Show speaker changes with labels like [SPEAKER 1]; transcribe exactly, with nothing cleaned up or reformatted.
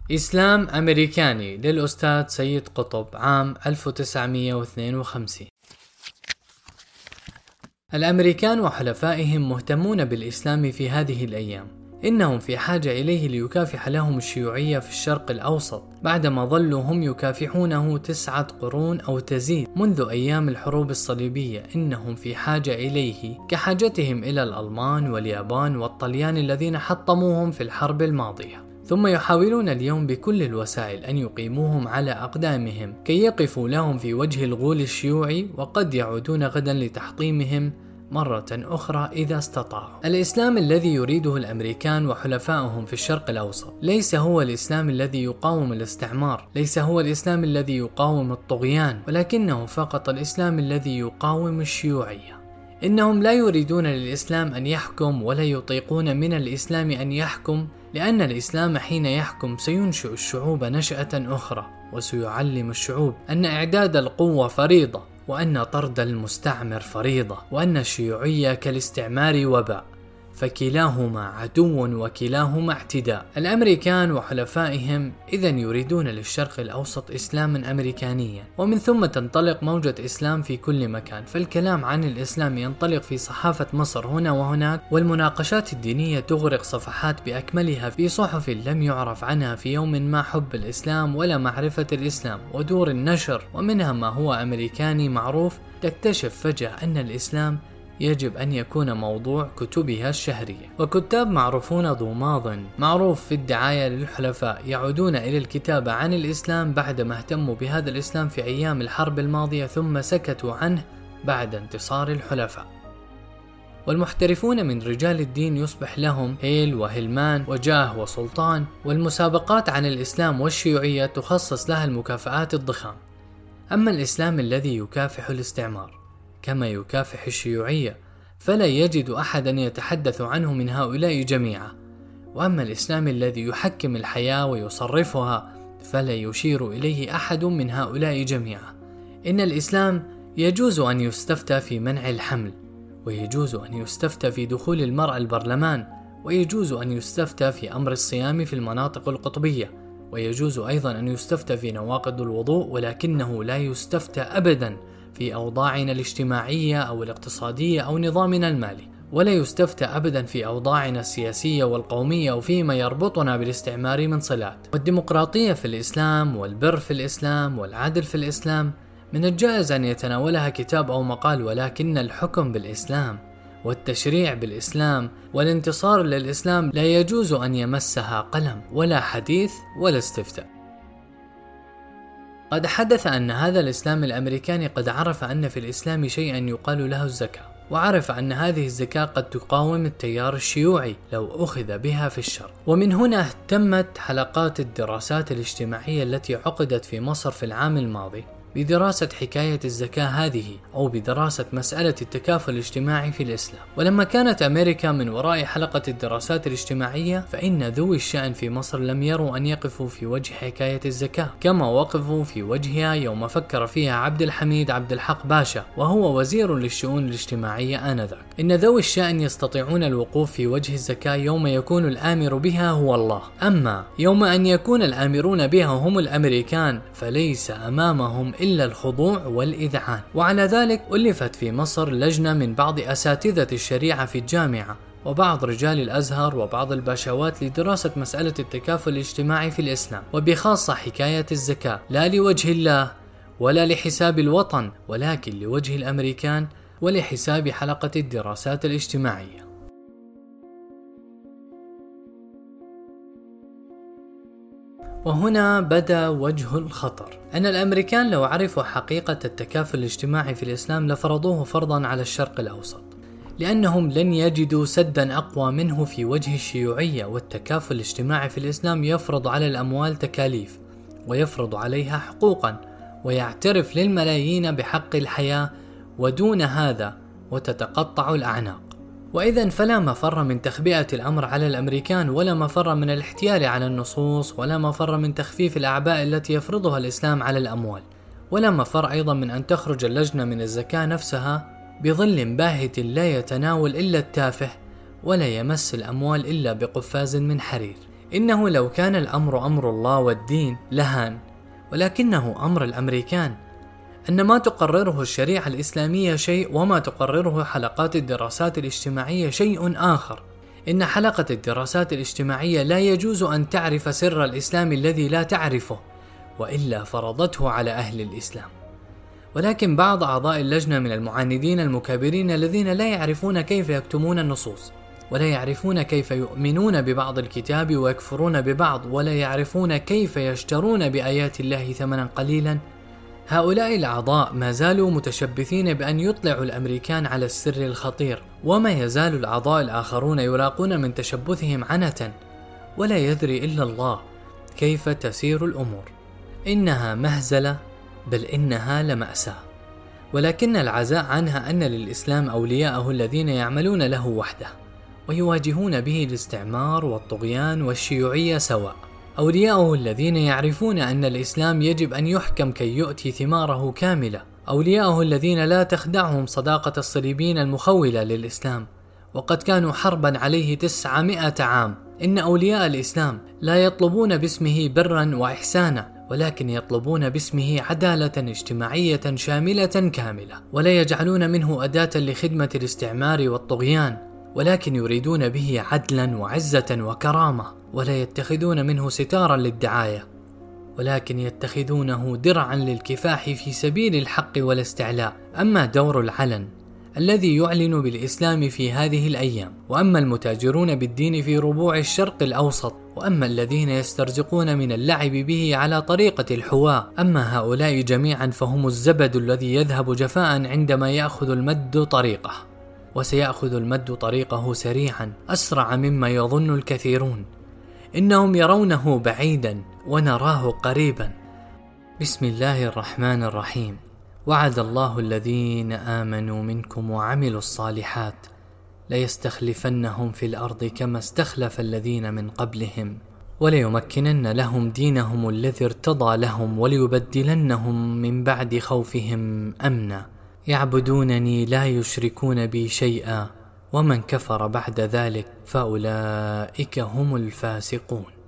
[SPEAKER 1] إسلام أمريكاني للأستاذ سيد قطب عام ألف وتسعمئة واثنين وخمسين. الأمريكان وحلفائهم مهتمون بالإسلام في هذه الأيام، إنهم في حاجة إليه ليكافح لهم الشيوعية في الشرق الأوسط بعدما ظلوا هم يكافحونه تسعة قرون أو تزيد منذ أيام الحروب الصليبية. إنهم في حاجة إليه كحاجتهم إلى الألمان واليابان والطليان الذين حطموهم في الحرب الماضية، ثم يحاولون اليوم بكل الوسائل أن يقيموهم على أقدامهم كي يقفوا لهم في وجه الغول الشيوعي، وقد يعودون غدا لتحطيمهم مرة أخرى إذا استطاعوا. الإسلام الذي يريده الأمريكان وحلفائهم في الشرق الأوسط ليس هو الإسلام الذي يقاوم الاستعمار، ليس هو الإسلام الذي يقاوم الطغيان، ولكنه فقط الإسلام الذي يقاوم الشيوعية. إنهم لا يريدون للإسلام أن يحكم، ولا يطيقون من الإسلام أن يحكم، لأن الإسلام حين يحكم سينشئ الشعوب نشأة أخرى، وسيعلم الشعوب أن إعداد القوة فريضة، وأن طرد المستعمر فريضة، وأن الشيوعية كالاستعمار وباء، فكلاهما عدو وكلاهما اعتداء. الأمريكان وحلفائهم إذن يريدون للشرق الأوسط إسلاما أمريكانيا، ومن ثم تنطلق موجة إسلام في كل مكان، فالكلام عن الإسلام ينطلق في صحافة مصر هنا وهناك، والمناقشات الدينية تغرق صفحات بأكملها في صحف لم يعرف عنها في يوم ما حب الإسلام ولا معرفة الإسلام، ودور النشر ومنها ما هو أمريكاني معروف، تكتشف فجأة أن الإسلام يجب أن يكون موضوع كتبها الشهرية. وكتاب معروفون ذو ماضٍ معروف في الدعاية للحلفاء يعودون إلى الكتابة عن الإسلام بعدما اهتموا بهذا الإسلام في أيام الحرب الماضية، ثم سكتوا عنه بعد انتصار الحلفاء. والمحترفون من رجال الدين يصبح لهم هيل وهلمان وجاه وسلطان، والمسابقات عن الإسلام والشيوعية تخصص لها المكافآت الضخام. أما الإسلام الذي يكافح الاستعمار كما يكافح الشيوعية فلا يجد أحدا يتحدث عنه من هؤلاء جميعا، وأما الإسلام الذي يحكم الحياة ويصرفها فلا يشير إليه أحد من هؤلاء جميعا. إن الإسلام يجوز أن يستفتى في منع الحمل، ويجوز أن يستفتى في دخول المرأة البرلمان، ويجوز أن يستفتى في أمر الصيام في المناطق القطبية، ويجوز أيضا أن يستفتى في نواقض الوضوء، ولكنه لا يستفتى أبدا في أوضاعنا الاجتماعية أو الاقتصادية أو نظامنا المالي، ولا يستفتى أبدا في أوضاعنا السياسية والقومية وفيما يربطنا بالاستعمار من صلات. والديمقراطية في الإسلام، والبر في الإسلام، والعدل في الإسلام من الجائز أن يتناولها كتاب أو مقال، ولكن الحكم بالإسلام والتشريع بالإسلام والانتصار للإسلام لا يجوز أن يمسها قلم ولا حديث ولا استفتاء. قد حدث أن هذا الإسلام الأمريكاني قد عرف أن في الإسلام شيئا يقال له الزكاة، وعرف أن هذه الزكاة قد تقاوم التيار الشيوعي لو أخذ بها في الشرق. ومن هنا اهتمت حلقات الدراسات الاجتماعية التي عقدت في مصر في العام الماضي بدراسة حكاية الزكاة هذه، أو بدراسة مسألة التكافل الاجتماعي في الإسلام. ولما كانت أمريكا من وراء حلقة الدراسات الاجتماعية، فإن ذوي الشأن في مصر لم يروا أن يقفوا في وجه حكاية الزكاة كما وقفوا في وجهها يوم فكر فيها عبد الحميد عبد الحق باشا وهو وزير للشؤون الاجتماعية آنذاك. إن ذوي الشأن يستطيعون الوقوف في وجه الزكاة يوم يكون الآمر بها هو الله، أما يوم أن يكون الآمرون بها هم الأمريكان فليس أمامهم إلا الخضوع والإذعان. وعلى ذلك ألفت في مصر لجنة من بعض أساتذة الشريعة في الجامعة وبعض رجال الأزهر وبعض الباشوات لدراسة مسألة التكافل الاجتماعي في الإسلام، وبخاصة حكاية الزكاة، لا لوجه الله ولا لحساب الوطن، ولكن لوجه الأمريكان ولحساب حلقة الدراسات الاجتماعية. وهنا بدأ وجه الخطر، أن الأمريكان لو عرفوا حقيقة التكافل الاجتماعي في الإسلام لفرضوه فرضا على الشرق الأوسط، لأنهم لن يجدوا سدا أقوى منه في وجه الشيوعية. والتكافل الاجتماعي في الإسلام يفرض على الأموال تكاليف، ويفرض عليها حقوقا، ويعترف للملايين بحق الحياة، ودون هذا وتتقطع الأعناق. وإذن فلا مفر من تخبئة الأمر على الأمريكان، ولا مفر من الاحتيال على النصوص، ولا مفر من تخفيف الأعباء التي يفرضها الإسلام على الأموال، ولا مفر أيضا من أن تخرج اللجنة من الزكاة نفسها بظل باهت لا يتناول إلا التافه، ولا يمس الأموال إلا بقفاز من حرير. إنه لو كان الأمر أمر الله والدين لهان، ولكنه أمر الأمريكان، أن ما تقرره الشريعة الإسلامية شيء وما تقرره حلقات الدراسات الاجتماعية شيء آخر. إن حلقة الدراسات الاجتماعية لا يجوز أن تعرف سر الإسلام الذي لا تعرفه، وإلا فرضته على أهل الإسلام. ولكن بعض أعضاء اللجنة من المعاندين المكابرين الذين لا يعرفون كيف يكتمون النصوص، ولا يعرفون كيف يؤمنون ببعض الكتاب ويكفرون ببعض، ولا يعرفون كيف يشترون بآيات الله ثمنا قليلا، هؤلاء الأعضاء ما زالوا متشبثين بأن يطلعوا الأمريكان على السر الخطير، وما يزال الأعضاء الآخرون يراقون من تشبثهم عنة، ولا يدري إلا الله كيف تسير الأمور. إنها مهزلة، بل إنها لمأساة، ولكن العزاء عنها أن للإسلام أولياءه الذين يعملون له وحده، ويواجهون به الاستعمار والطغيان والشيوعية سواء. أولياءه الذين يعرفون أن الإسلام يجب أن يحكم كي يؤتي ثماره كاملة. أولياءه الذين لا تخدعهم صداقة الصليبيين المخولة للإسلام، وقد كانوا حربا عليه تسعمائة عام. إن أولياء الإسلام لا يطلبون باسمه برا وإحسانا، ولكن يطلبون باسمه عدالة اجتماعية شاملة كاملة، ولا يجعلون منه أداة لخدمة الاستعمار والطغيان، ولكن يريدون به عدلا وعزة وكرامة، ولا يتخذون منه ستارا للدعاية، ولكن يتخذونه درعا للكفاح في سبيل الحق والاستعلاء. أما دور العلن الذي يعلن بالإسلام في هذه الأيام، وأما المتاجرون بالدين في ربوع الشرق الأوسط، وأما الذين يسترزقون من اللعب به على طريقة الحواء، أما هؤلاء جميعا فهم الزبد الذي يذهب جفاء عندما يأخذ المد طريقه، وسيأخذ المد طريقه سريعا أسرع مما يظن الكثيرون. إنهم يرونه بعيدا ونراه قريبا. بسم الله الرحمن الرحيم. وعد الله الذين آمنوا منكم وعملوا الصالحات ليستخلفنهم في الأرض كما استخلف الذين من قبلهم وليمكنن لهم دينهم الذي ارتضى لهم وليبدلنهم من بعد خوفهم أمنا يعبدونني لا يشركون بي شيئا ومن كفر بعد ذلك فأولئك هم الفاسقون.